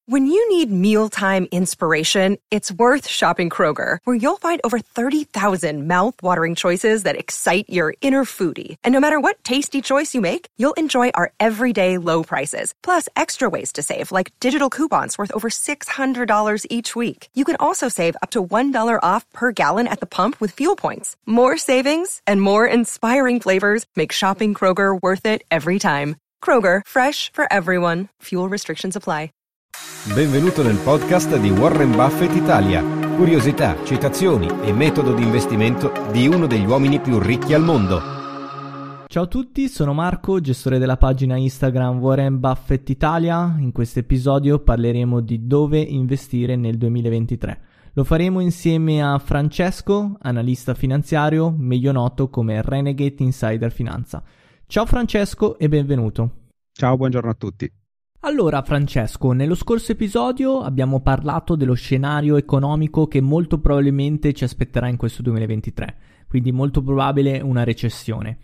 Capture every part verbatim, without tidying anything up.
When you need mealtime inspiration, it's worth shopping Kroger, where you'll find over thirty thousand mouth-watering choices that excite your inner foodie. And no matter what tasty choice you make, you'll enjoy our everyday low prices, plus extra ways to save, like digital coupons worth over six hundred dollars each week. You can also save up to one dollar off per gallon at the pump with fuel points. More savings and more inspiring flavors make shopping Kroger worth it every time. Kroger, fresh for everyone. Fuel restrictions apply. Benvenuto nel podcast di Warren Buffett Italia. Curiosità, citazioni e metodo di investimento di uno degli uomini più ricchi al mondo. Ciao a tutti, sono Marco, gestore della pagina Instagram Warren Buffett Italia. In questo episodio parleremo di dove investire nel duemilaventitré. Lo faremo insieme a Francesco, analista finanziario, meglio noto come Renegade Insider Finanza. Ciao Francesco e benvenuto. Ciao, buongiorno a tutti. Allora Francesco, nello scorso episodio abbiamo parlato dello scenario economico che molto probabilmente ci aspetterà in questo duemilaventitré, quindi molto probabile una recessione,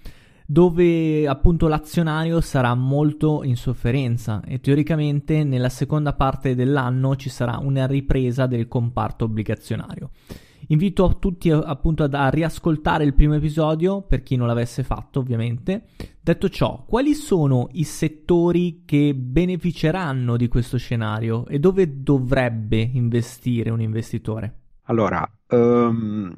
dove appunto l'azionario sarà molto in sofferenza e teoricamente nella seconda parte dell'anno ci sarà una ripresa del comparto obbligazionario. Invito a tutti appunto ad, a riascoltare il primo episodio per chi non l'avesse fatto, ovviamente. Detto ciò, quali sono i settori che beneficeranno di questo scenario e dove dovrebbe investire un investitore? Allora, um,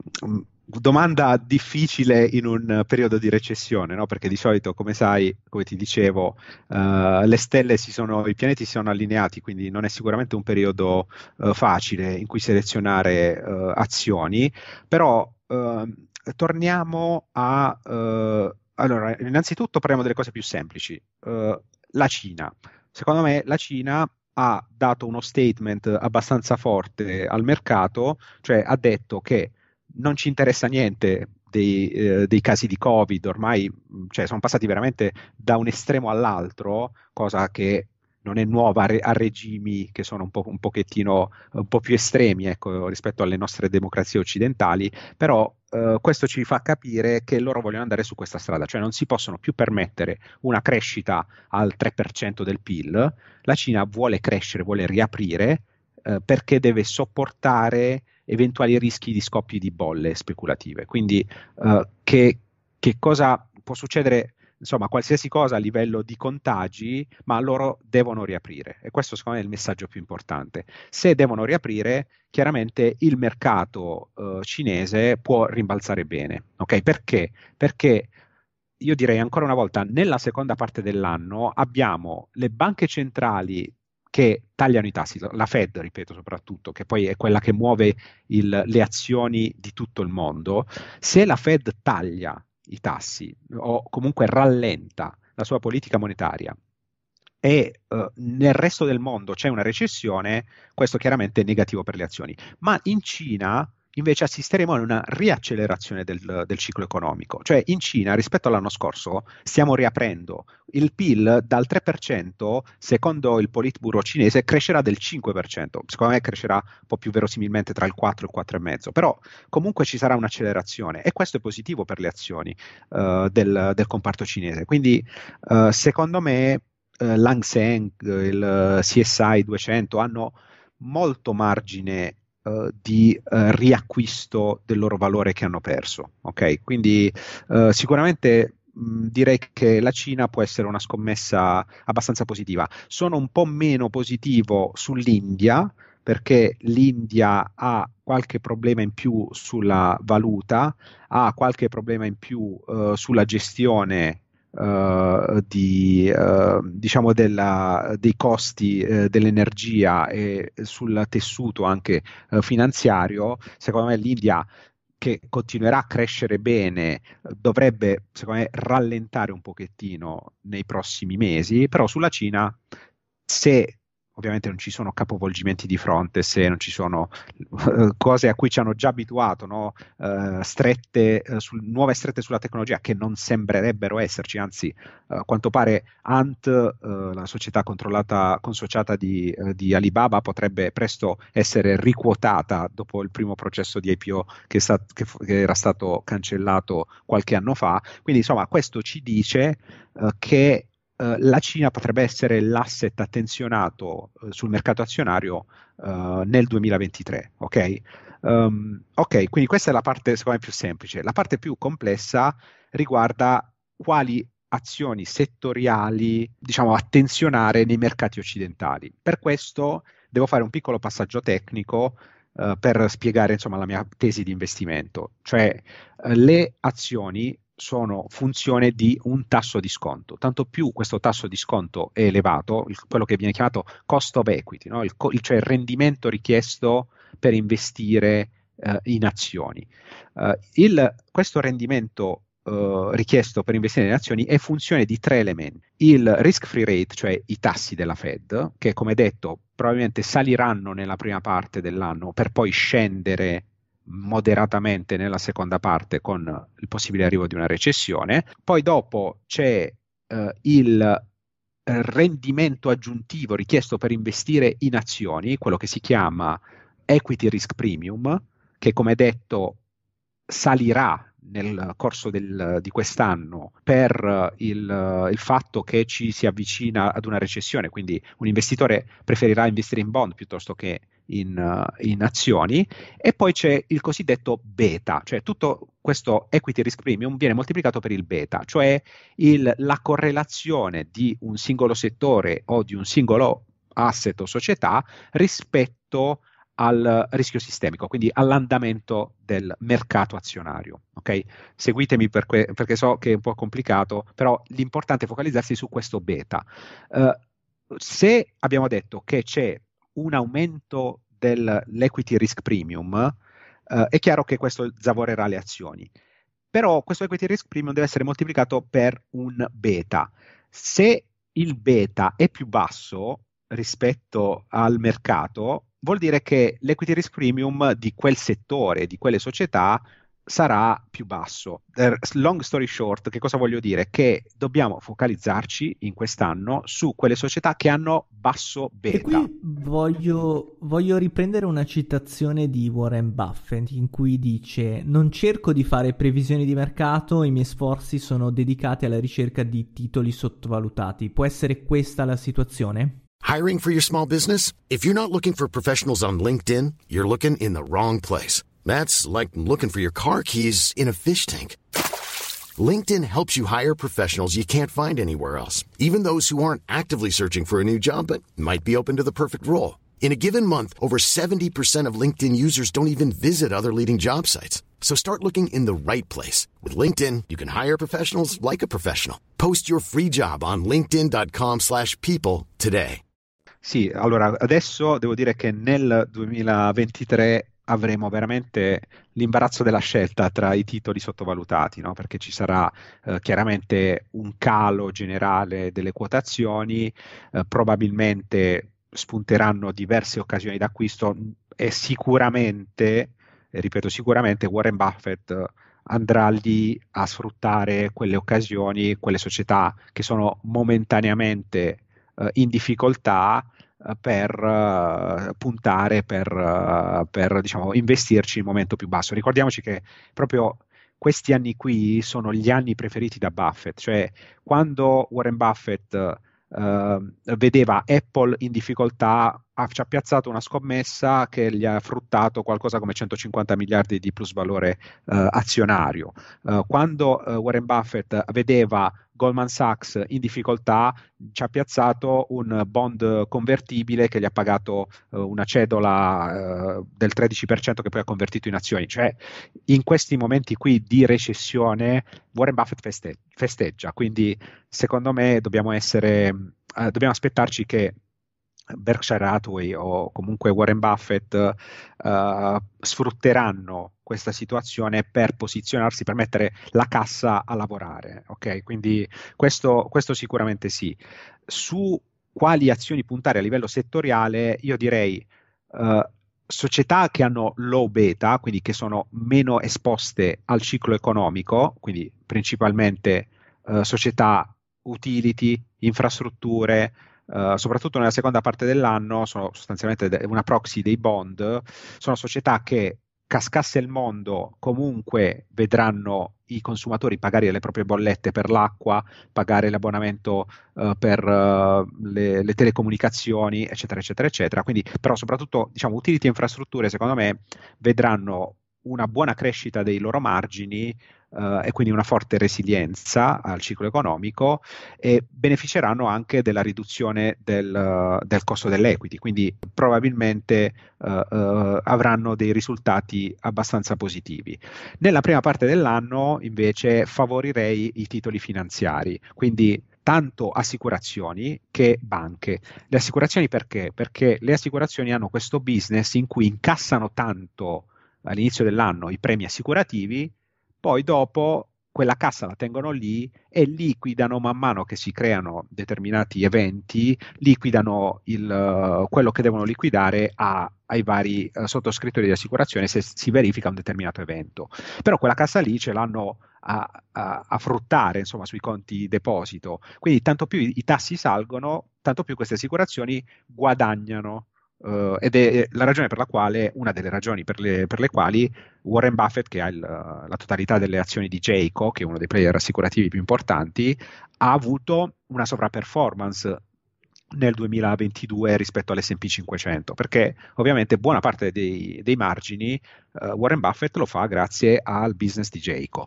domanda difficile in un periodo di recessione, no? Perché di solito, come sai, come ti dicevo, uh, le stelle si sono, i pianeti si sono allineati, quindi non è sicuramente un periodo uh, facile in cui selezionare uh, azioni, però uh, torniamo a... Uh, allora, innanzitutto parliamo delle cose più semplici. Uh, la Cina. Secondo me la Cina ha dato uno statement abbastanza forte al mercato, cioè ha detto che non ci interessa niente dei, eh, dei casi di Covid, ormai cioè, sono passati veramente da un estremo all'altro, cosa che non è nuova a, re- a regimi che sono un, po- un pochettino un po' più estremi, ecco, rispetto alle nostre democrazie occidentali, però eh, questo ci fa capire che loro vogliono andare su questa strada, cioè non si possono più permettere una crescita al tre per cento del P I L. La Cina vuole crescere, vuole riaprire eh, perché deve sopportare eventuali rischi di scoppi di bolle speculative. Quindi uh, che, che cosa può succedere? Insomma, qualsiasi cosa a livello di contagi, ma loro devono riaprire. E questo secondo me è il messaggio più importante. Se devono riaprire, chiaramente il mercato uh, cinese può rimbalzare bene. Ok? Perché? Perché io direi ancora una volta, nella seconda parte dell'anno abbiamo le banche centrali che tagliano i tassi, la Fed, ripeto, soprattutto, che poi è quella che muove il, le azioni di tutto il mondo. Se la Fed taglia i tassi o comunque rallenta la sua politica monetaria e uh, nel resto del mondo c'è una recessione, questo chiaramente è negativo per le azioni. Ma in Cina invece assisteremo a una riaccelerazione del, del ciclo economico. Cioè in Cina rispetto all'anno scorso stiamo riaprendo. Il P I L dal tre per cento, secondo il Politburo cinese, crescerà del cinque per cento. Secondo me crescerà un po' più verosimilmente tra il quattro e il quattro virgola cinque per cento, però comunque ci sarà un'accelerazione e questo è positivo per le azioni uh, del, del comparto cinese. Quindi uh, secondo me uh, l'Hang Seng, il C S I duecento hanno molto margine Uh, di uh, riacquisto del loro valore che hanno perso. Ok, quindi uh, sicuramente mh, direi che la Cina può essere una scommessa abbastanza positiva. Sono un po' meno positivo sull'India perché l'India ha qualche problema in più sulla valuta, ha qualche problema in più uh, sulla gestione Uh, di, uh, diciamo della, dei costi uh, dell'energia e sul tessuto anche uh, finanziario. Secondo me l'India, che continuerà a crescere bene, dovrebbe secondo me rallentare un pochettino nei prossimi mesi, però sulla Cina, se ovviamente non ci sono capovolgimenti di fronte, se non ci sono uh, cose a cui ci hanno già abituato, no? uh, strette, uh, sul, nuove strette sulla tecnologia che non sembrerebbero esserci, anzi uh, a quanto pare Ant, uh, la società controllata, consociata di, uh, di Alibaba, potrebbe presto essere riquotata dopo il primo processo di I P O che, sta, che, che era stato cancellato qualche anno fa. Quindi insomma questo ci dice uh, che uh, la Cina potrebbe essere l'asset attenzionato uh, sul mercato azionario uh, nel duemilaventitré, ok? Um, ok, quindi questa è la parte secondo me più semplice. La parte più complessa riguarda quali azioni settoriali, diciamo, attenzionare nei mercati occidentali. Per questo devo fare un piccolo passaggio tecnico uh, per spiegare, insomma, la mia tesi di investimento. Cioè, uh, le azioni sono funzione di un tasso di sconto. Tanto più questo tasso di sconto è elevato, il, quello che viene chiamato cost of equity, no? il, il, cioè il rendimento richiesto per investire uh, in azioni. Uh, il, questo rendimento Uh, richiesto per investire in azioni è funzione di tre elementi: il risk free rate, cioè i tassi della Fed, che come detto probabilmente saliranno nella prima parte dell'anno per poi scendere moderatamente nella seconda parte con il possibile arrivo di una recessione. Poi dopo c'è uh, il rendimento aggiuntivo richiesto per investire in azioni, quello che si chiama equity risk premium, che come detto salirà nel corso del, di quest'anno per il, il fatto che ci si avvicina ad una recessione, quindi un investitore preferirà investire in bond piuttosto che in, in azioni. E poi c'è il cosiddetto beta, cioè tutto questo equity risk premium viene moltiplicato per il beta, cioè il, la correlazione di un singolo settore o di un singolo asset o società rispetto al rischio sistemico, quindi all'andamento del mercato azionario. Okay? Seguitemi per que- perché so che è un po' complicato, però l'importante è focalizzarsi su questo beta. Uh, se abbiamo detto che c'è un aumento dell'equity risk premium, uh, è chiaro che questo zavorerà le azioni. Però questo equity risk premium deve essere moltiplicato per un beta. Se il beta è più basso rispetto al mercato, vuol dire che l'equity risk premium di quel settore, di quelle società, sarà più basso. Long story short, che cosa voglio dire? Che dobbiamo focalizzarci in quest'anno su quelle società che hanno basso beta. E qui voglio, voglio riprendere una citazione di Warren Buffett in cui dice: non cerco di fare previsioni di mercato, i miei sforzi sono dedicati alla ricerca di titoli sottovalutati. Può essere questa la situazione? Hiring for your small business? If you're not looking for professionals on LinkedIn, you're looking in the wrong place. That's like looking for your car keys in a fish tank. LinkedIn helps you hire professionals you can't find anywhere else, even those who aren't actively searching for a new job but might be open to the perfect role. In a given month, over seventy percent of LinkedIn users don't even visit other leading job sites. So start looking in the right place. With LinkedIn, you can hire professionals like a professional. Post your free job on linkedin dot com slash people today. Sì, allora adesso devo dire che nel duemilaventitré avremo veramente l'imbarazzo della scelta tra i titoli sottovalutati, no? Perché ci sarà eh, chiaramente un calo generale delle quotazioni, eh, probabilmente spunteranno diverse occasioni d'acquisto e sicuramente, eh, ripeto sicuramente, Warren Buffett andrà lì a sfruttare quelle occasioni, quelle società che sono momentaneamente eh, in difficoltà, per uh, puntare, per, uh, per diciamo, investirci in momento più basso. Ricordiamoci che proprio questi anni qui sono gli anni preferiti da Buffett, cioè quando Warren Buffett uh, vedeva Apple in difficoltà, ha, ci ha piazzato una scommessa che gli ha fruttato qualcosa come centocinquanta miliardi di plusvalore uh, azionario. Uh, quando uh, Warren Buffett vedeva Goldman Sachs in difficoltà, ci ha piazzato un bond convertibile che gli ha pagato uh, una cedola uh, del tredici per cento che poi ha convertito in azioni. Cioè, in questi momenti qui di recessione Warren Buffett feste- festeggia, quindi secondo me dobbiamo essere, uh, dobbiamo aspettarci che Berkshire Hathaway o comunque Warren Buffett uh, sfrutteranno questa situazione per posizionarsi, per mettere la cassa a lavorare, ok? Quindi questo, questo sicuramente sì. Su quali azioni puntare a livello settoriale, io direi uh, società che hanno low beta, quindi che sono meno esposte al ciclo economico, quindi principalmente uh, società utility, infrastrutture. Uh, soprattutto nella seconda parte dell'anno, sono sostanzialmente una proxy dei bond, sono società che cascasse il mondo, comunque vedranno i consumatori pagare le proprie bollette per l'acqua, pagare l'abbonamento uh, per uh, le, le telecomunicazioni, eccetera, eccetera, eccetera. Quindi, però, soprattutto, diciamo, utility e infrastrutture, secondo me, vedranno una buona crescita dei loro margini uh, e quindi una forte resilienza al ciclo economico, e beneficeranno anche della riduzione del, uh, del costo dell'equity, quindi probabilmente uh, uh, avranno dei risultati abbastanza positivi. Nella prima parte dell'anno invece favorirei i titoli finanziari, quindi tanto assicurazioni che banche. Le assicurazioni perché? Perché le assicurazioni hanno questo business in cui incassano tanto all'inizio dell'anno i premi assicurativi, poi dopo quella cassa la tengono lì e liquidano man mano che si creano determinati eventi, liquidano il, uh, quello che devono liquidare a, ai vari uh, sottoscrittori di assicurazione se si verifica un determinato evento. Però quella cassa lì ce l'hanno a, a, a fruttare, insomma, sui conti deposito. Quindi tanto più i, i tassi salgono, tanto più queste assicurazioni guadagnano. Uh, ed è la ragione per la quale, una delle ragioni per le, per le quali Warren Buffett, che ha il, la totalità delle azioni di Geico, che è uno dei player assicurativi più importanti, ha avuto una sovraperformance nel duemilaventidue rispetto all'esse and pi cinquecento, perché ovviamente buona parte dei, dei margini uh, Warren Buffett lo fa grazie al business di Geico.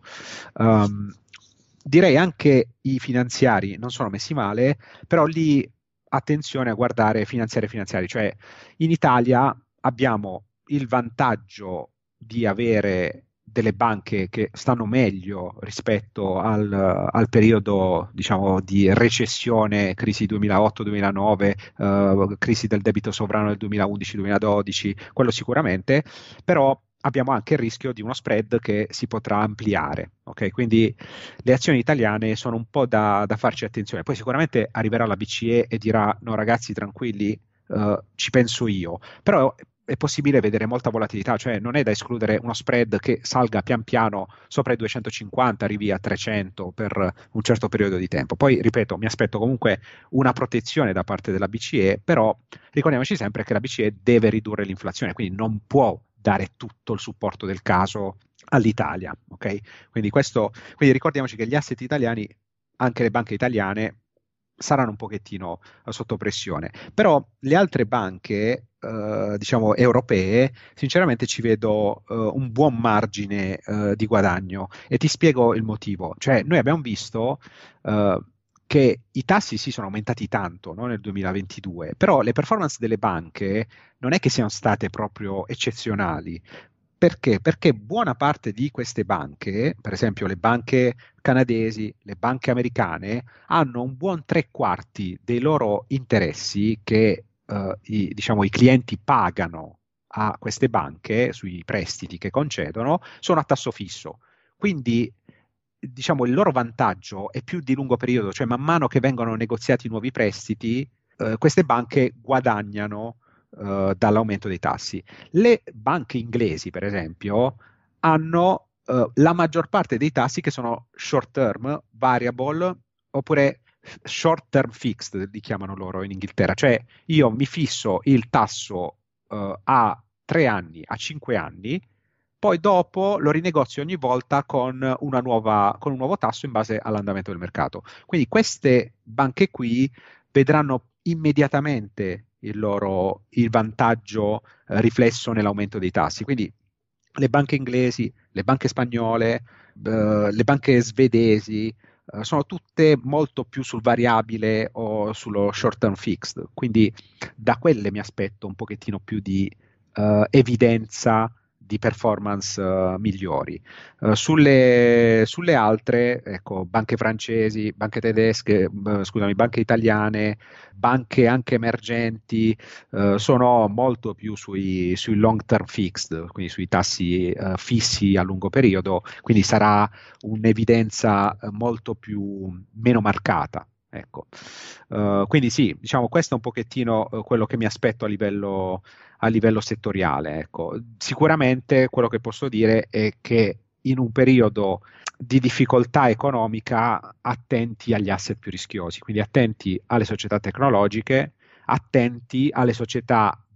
Um, direi anche i finanziari non sono messi male, però lì attenzione a guardare finanziari e finanziari, cioè in Italia abbiamo il vantaggio di avere delle banche che stanno meglio rispetto al, al periodo, diciamo, di recessione, crisi duemilaotto duemilanove, uh, crisi del debito sovrano del duemilaundici duemiladodici, quello sicuramente, però abbiamo anche il rischio di uno spread che si potrà ampliare, ok? Quindi le azioni italiane sono un po' da, da farci attenzione. Poi sicuramente arriverà la B C E e dirà: no ragazzi, tranquilli, uh, ci penso io. Però è possibile vedere molta volatilità, cioè non è da escludere uno spread che salga pian piano sopra i duecentocinquanta, arrivi a trecento per un certo periodo di tempo. Poi, ripeto, mi aspetto comunque una protezione da parte della B C E, però ricordiamoci sempre che la B C E deve ridurre l'inflazione, quindi non può dare tutto il supporto del caso all'Italia, ok? Quindi questo, quindi ricordiamoci che gli asset italiani, anche le banche italiane, saranno un pochettino uh, sotto pressione, però le altre banche, uh, diciamo europee, sinceramente ci vedo uh, un buon margine uh, di guadagno, e ti spiego il motivo. Cioè, noi abbiamo visto uh, che i tassi sì sono aumentati tanto, no, nel duemilaventidue, però le performance delle banche non è che siano state proprio eccezionali. Perché? Perché buona parte di queste banche, per esempio le banche canadesi, le banche americane, hanno un buon tre quarti dei loro interessi che uh, i, diciamo, i clienti pagano a queste banche sui prestiti che concedono, sono a tasso fisso. Quindi, diciamo, il loro vantaggio è più di lungo periodo, cioè man mano che vengono negoziati nuovi prestiti, eh, queste banche guadagnano eh, dall'aumento dei tassi. Le banche inglesi, per esempio, hanno eh, la maggior parte dei tassi che sono short term, variable, oppure short term fixed, li chiamano loro in Inghilterra, cioè io mi fisso il tasso eh, a tre anni, a cinque anni, poi dopo lo rinegozio ogni volta con, una nuova, con un nuovo tasso in base all'andamento del mercato. Quindi queste banche qui vedranno immediatamente il loro il vantaggio eh, riflesso nell'aumento dei tassi. Quindi le banche inglesi, le banche spagnole, eh, le banche svedesi eh, sono tutte molto più sul variabile o sullo short term fixed. Quindi da quelle mi aspetto un pochettino più di eh, evidenza di performance uh, migliori. Uh, sulle, sulle altre, ecco, banche francesi, banche tedesche, uh, scusami, banche italiane, banche anche emergenti, uh, sono molto più sui, sui long term fixed, quindi sui tassi uh, fissi a lungo periodo, quindi sarà un'evidenza molto più meno marcata. Ecco. Uh, quindi sì, diciamo, questo è un pochettino uh, quello che mi aspetto a livello, a livello settoriale. Ecco. Sicuramente quello che posso dire è che in un periodo di difficoltà economica attenti agli asset più rischiosi, quindi attenti alle società tecnologiche, attenti alle società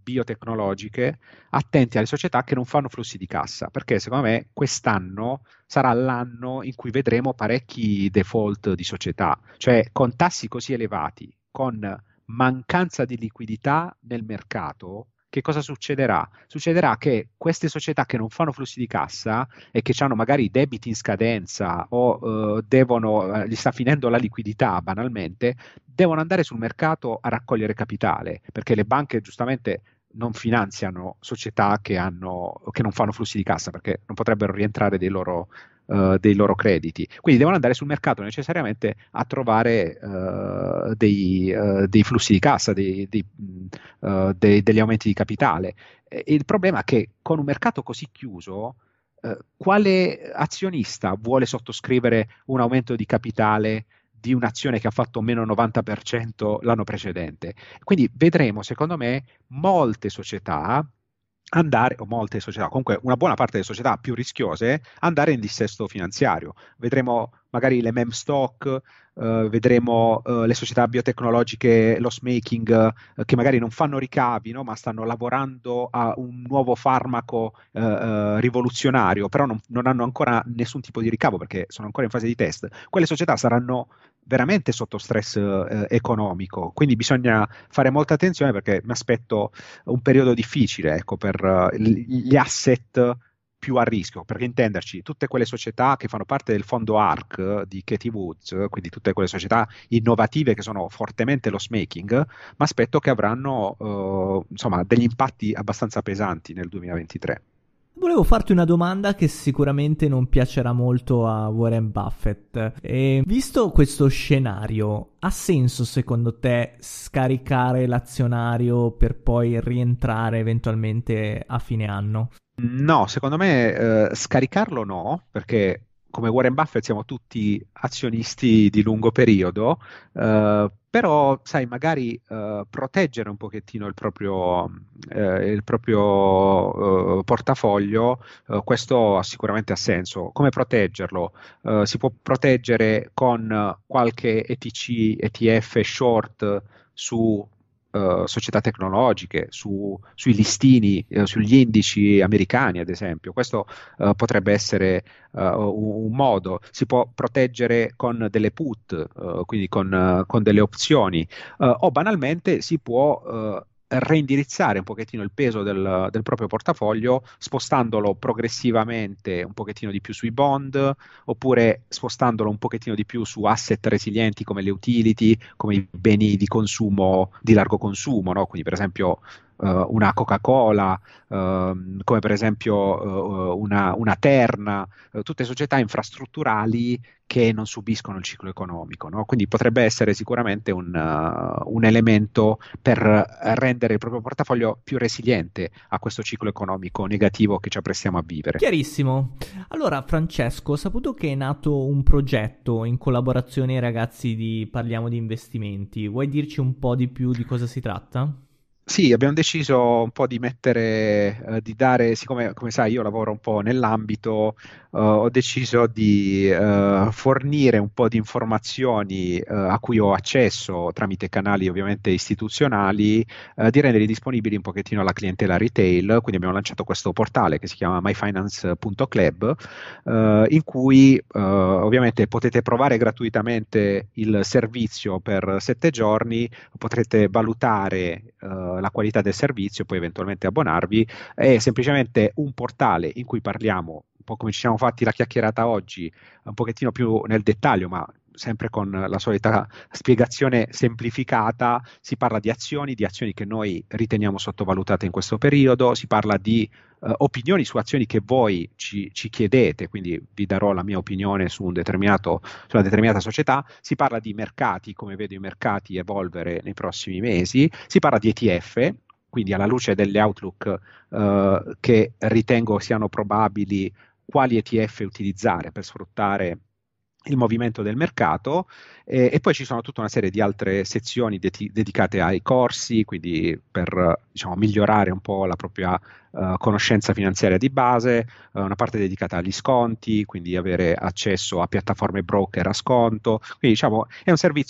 biotecnologiche, attenti alle società che non fanno flussi di cassa, perché secondo me quest'anno sarà l'anno in cui vedremo parecchi default di società, cioè con tassi così elevati, con mancanza di liquidità nel mercato. Che cosa succederà? Succederà che queste società che non fanno flussi di cassa e che hanno magari debiti in scadenza o eh, devono, eh, gli sta finendo la liquidità banalmente, devono andare sul mercato a raccogliere capitale, perché le banche giustamente non finanziano società che, hanno, che non fanno flussi di cassa, perché non potrebbero rientrare dei loro, uh, dei loro crediti. Quindi devono andare sul mercato necessariamente a trovare uh, dei, uh, dei flussi di cassa, dei, dei, uh, dei, degli aumenti di capitale. E il problema è che con un mercato così chiuso, uh, quale azionista vuole sottoscrivere un aumento di capitale di un'azione che ha fatto meno novanta per cento l'anno precedente? Quindi vedremo, secondo me, molte società andare, o molte società, comunque una buona parte delle società più rischiose, andare in dissesto finanziario. Vedremo magari le meme stock, Uh, vedremo uh, le società biotecnologiche loss making uh, che magari non fanno ricavi, no? Ma stanno lavorando a un nuovo farmaco uh, uh, rivoluzionario, però non, non hanno ancora nessun tipo di ricavo perché sono ancora in fase di test. Quelle società saranno veramente sotto stress uh, economico, quindi bisogna fare molta attenzione, perché mi aspetto un periodo difficile, ecco, per uh, gli asset più a rischio, perché intenderci, tutte quelle società che fanno parte del fondo A R C di Cathie Woods, quindi tutte quelle società innovative che sono fortemente loss making, mi aspetto che avranno uh, insomma degli impatti abbastanza pesanti nel duemilaventitré. Volevo farti una domanda che sicuramente non piacerà molto a Warren Buffett. E visto questo scenario, ha senso secondo te scaricare l'azionario per poi rientrare eventualmente a fine anno? No, secondo me eh, scaricarlo no, perché come Warren Buffett siamo tutti azionisti di lungo periodo, eh, però sai, magari eh, proteggere un pochettino il proprio, eh, il proprio eh, portafoglio, eh, questo sicuramente ha senso. Come proteggerlo? Eh, si può proteggere con qualche E T C, E T F short su Uh, società tecnologiche, su, sui listini, uh, sugli indici americani, ad esempio. Questo uh, potrebbe essere uh, un, un modo. Si può proteggere con delle put, uh, quindi con, uh, con delle opzioni, uh, o banalmente si può uh, reindirizzare un pochettino il peso del, del proprio portafoglio, spostandolo progressivamente un pochettino di più sui bond, oppure spostandolo un pochettino di più su asset resilienti come le utility, come i beni di consumo, di largo consumo, no? Quindi per esempio uh, una Coca-Cola, uh, come per esempio uh, una, una Terna, uh, tutte società infrastrutturali che non subiscono il ciclo economico, no? Quindi potrebbe essere sicuramente un, uh, un elemento per rendere il proprio portafoglio più resiliente a questo ciclo economico negativo che ci apprestiamo a vivere. Chiarissimo. Allora, Francesco, ho saputo che è nato un progetto in collaborazione ai ragazzi di Parliamo di Investimenti. Vuoi dirci un po' di più di cosa si tratta? Sì, abbiamo deciso un po' di mettere, eh, di dare, siccome come sai io lavoro un po' nell'ambito, eh, ho deciso di eh, fornire un po' di informazioni eh, a cui ho accesso tramite canali ovviamente istituzionali, eh, di renderli disponibili un pochettino alla clientela retail. Quindi abbiamo lanciato questo portale che si chiama my finance punto club, eh, in cui eh, ovviamente potete provare gratuitamente il servizio per sette giorni, potrete valutare eh, la qualità del servizio, poi eventualmente abbonarvi. È semplicemente un portale in cui parliamo, un po' come ci siamo fatti la chiacchierata oggi, un pochettino più nel dettaglio, ma sempre con la solita spiegazione semplificata. Si parla di azioni, di azioni che noi riteniamo sottovalutate in questo periodo, si parla di uh, opinioni su azioni che voi ci, ci chiedete, quindi vi darò la mia opinione su un determinato, su una determinata società, si parla di mercati, come vedo i mercati evolvere nei prossimi mesi, si parla di E T F, quindi alla luce delle outlook uh, che ritengo siano probabili, quali E T F utilizzare per sfruttare il movimento del mercato, eh, e poi ci sono tutta una serie di altre sezioni de- dedicate ai corsi, quindi per diciamo, migliorare un po' la propria uh, conoscenza finanziaria di base, uh, una parte dedicata agli sconti, quindi avere accesso a piattaforme broker a sconto. Quindi diciamo è un servizio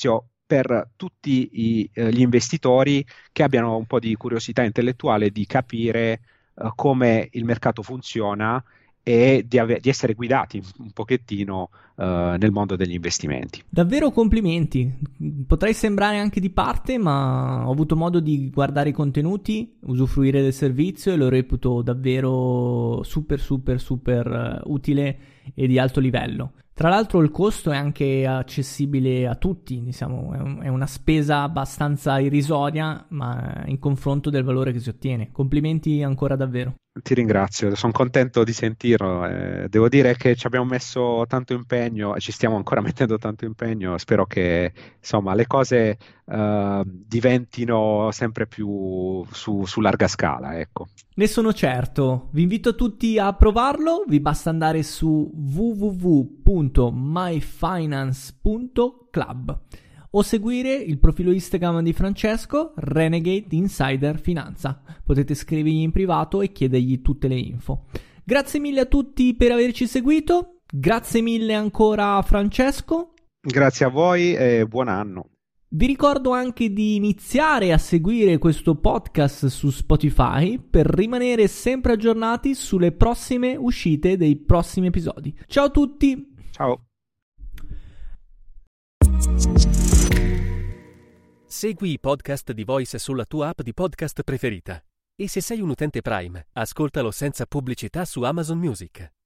per tutti i, eh, gli investitori che abbiano un po' di curiosità intellettuale di capire eh, come il mercato funziona e di, ave- di essere guidati un pochettino uh, nel mondo degli investimenti. Davvero complimenti, potrei sembrare anche di parte, ma ho avuto modo di guardare i contenuti, usufruire del servizio e lo reputo davvero super super super uh, utile e di alto livello. Tra l'altro il costo è anche accessibile a tutti, diciamo, è, un, è una spesa abbastanza irrisoria, ma in confronto del valore che si ottiene. Complimenti ancora davvero. Ti ringrazio, sono contento di sentirlo. Eh, devo dire che ci abbiamo messo tanto impegno e ci stiamo ancora mettendo tanto impegno. Spero che insomma le cose uh, diventino sempre più su, su larga scala, ecco. Ne sono certo. Vi invito tutti a provarlo. Vi basta andare su w w w punto my finance punto club o seguire il profilo Instagram di Francesco, Renegade Insider Finanza. Potete scrivergli in privato e chiedergli tutte le info. Grazie mille a tutti per averci seguito. Grazie mille ancora a Francesco. Grazie a voi e buon anno. Vi ricordo anche di iniziare a seguire questo podcast su Spotify per rimanere sempre aggiornati sulle prossime uscite dei prossimi episodi. Ciao a tutti! Ciao! Segui i podcast di Voice sulla tua app di podcast preferita. E se sei un utente Prime, ascoltalo senza pubblicità su Amazon Music.